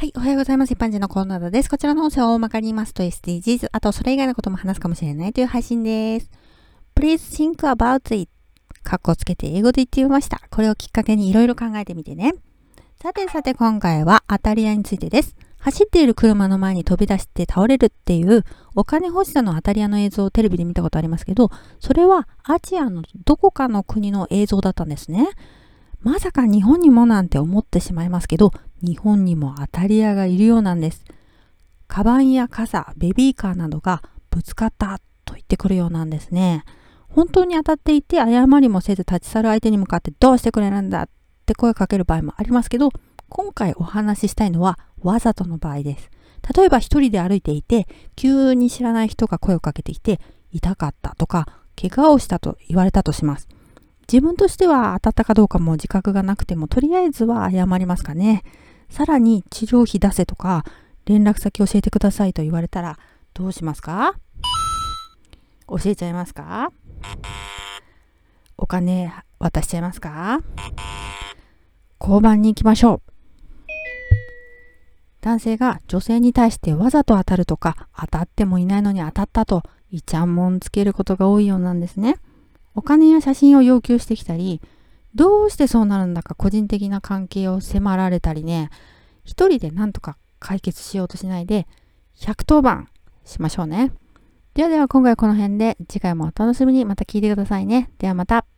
はい、おはようございます。一般人のコーナーです。こちらの音声を大まかに言いますと SDGs、あとそれ以外のことも話すかもしれないという配信です。Please think about it。カッコつけて英語で言ってみました。これをきっかけにいろいろ考えてみてね。さて今回は当たり屋についてです。走っている車の前に飛び出して倒れるっていうお金欲しさの当たり屋の映像をテレビで見たことありますけど、それはアジアのどこかの国の映像だったんですね。まさか日本にもなんて思ってしまいますけど、日本にも当たり屋がいるようなんです。カバンや傘、ベビーカーなどがぶつかったと言ってくるようなんですね。本当に当たっていて謝りもせず立ち去る相手に向かってどうしてくれるんだって声をかける場合もありますけど、今回お話ししたいのはわざとの場合です。例えば一人で歩いていて、急に知らない人が声をかけてきて、痛かったとか、怪我をしたと言われたとします。自分としては当たったかどうかも自覚がなくても、とりあえずは謝りますかね。さらに治療費出せとか、連絡先教えてくださいと言われたらどうしますか？教えちゃいますか？お金渡しちゃいますか？交番に行きましょう。男性が女性に対してわざと当たるとか、当たってもいないのに当たったとイチャンモンつけることが多いようなんですね。お金や写真を要求してきたり、どうしてそうなるんだか個人的な関係を迫られたりね、一人で何とか解決しようとしないで110番しましょうね。では今回はこの辺で、次回もお楽しみに。また聞いてくださいね。ではまた。